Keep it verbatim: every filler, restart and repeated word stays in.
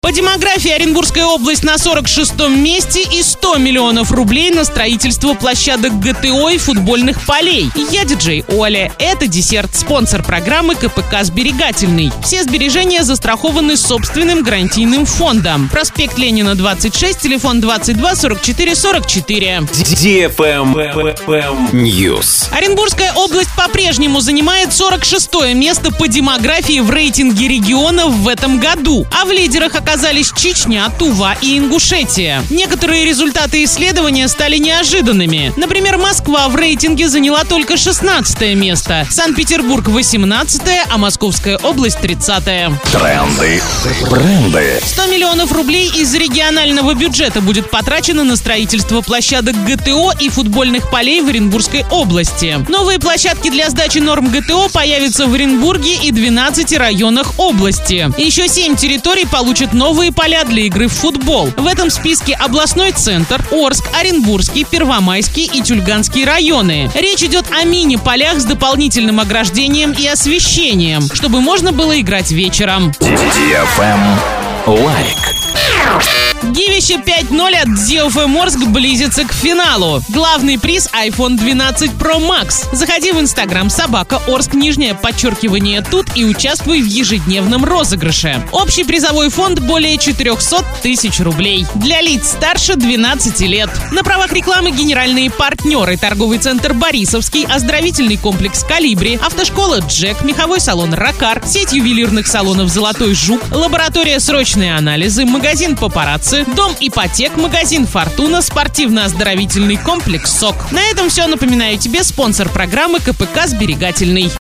По демографии Оренбургская область на сорок шестом месте и сто миллионов рублей на строительство площадок ГТО и футбольных полей. Я диджей Оля. Это десерт, спонсор программы КПК «Сберегательный». Все сбережения застрахованы собственным гарантийным фондом. Проспект Ленина, двадцать шесть, телефон двадцать два сорок четыре сорок четыре. News. Оренбургская область по-прежнему занимает сорок шестое место по демографии в рейтинге регионов в этом году. А в лидерах оказались Чечня, Тува и Ингушетия. Некоторые результаты исследования стали неожиданными. Например, Москва в рейтинге заняла только шестнадцатое место, Санкт-Петербург восемнадцатое, а Московская область тридцатое. Тренды. Бренды. сто миллионов рублей из регионального бюджета будет потрачено на строительство площадок ГТО и футбольных полей в Оренбургской области. Новые площадки для сдачи норм ГТО появятся в Оренбурге и двенадцати районах области. Еще семь территорий получат новые поля для игры в футбол. В этом списке областной центр, Орск, Оренбургский, Первомайский и Тюльганский районы. Речь идет о мини-полях с дополнительным ограждением и освещением, чтобы можно было играть вечером. Лайк. Гивище пять ноль от ди эф эм Орск близится к финалу. Главный приз айфон двенадцать про макс. Заходи в инстаграм собака Орск, нижнее подчеркивание тут и участвуй в ежедневном розыгрыше. Общий призовой фонд более четыреста тысяч рублей. Для лиц старше двенадцати лет. На правах рекламы генеральные партнеры: торговый центр Борисовский, оздоровительный комплекс Калибри, автошкола Джек, меховой салон Ракар, сеть ювелирных салонов Золотой Жук, лаборатория срочные анализы, магазин Папарацци, дом ипотек, магазин Фортуна, спортивно-оздоровительный комплекс СОК. На этом все. Напоминаю тебе спонсор программы КПК «Сберегательный».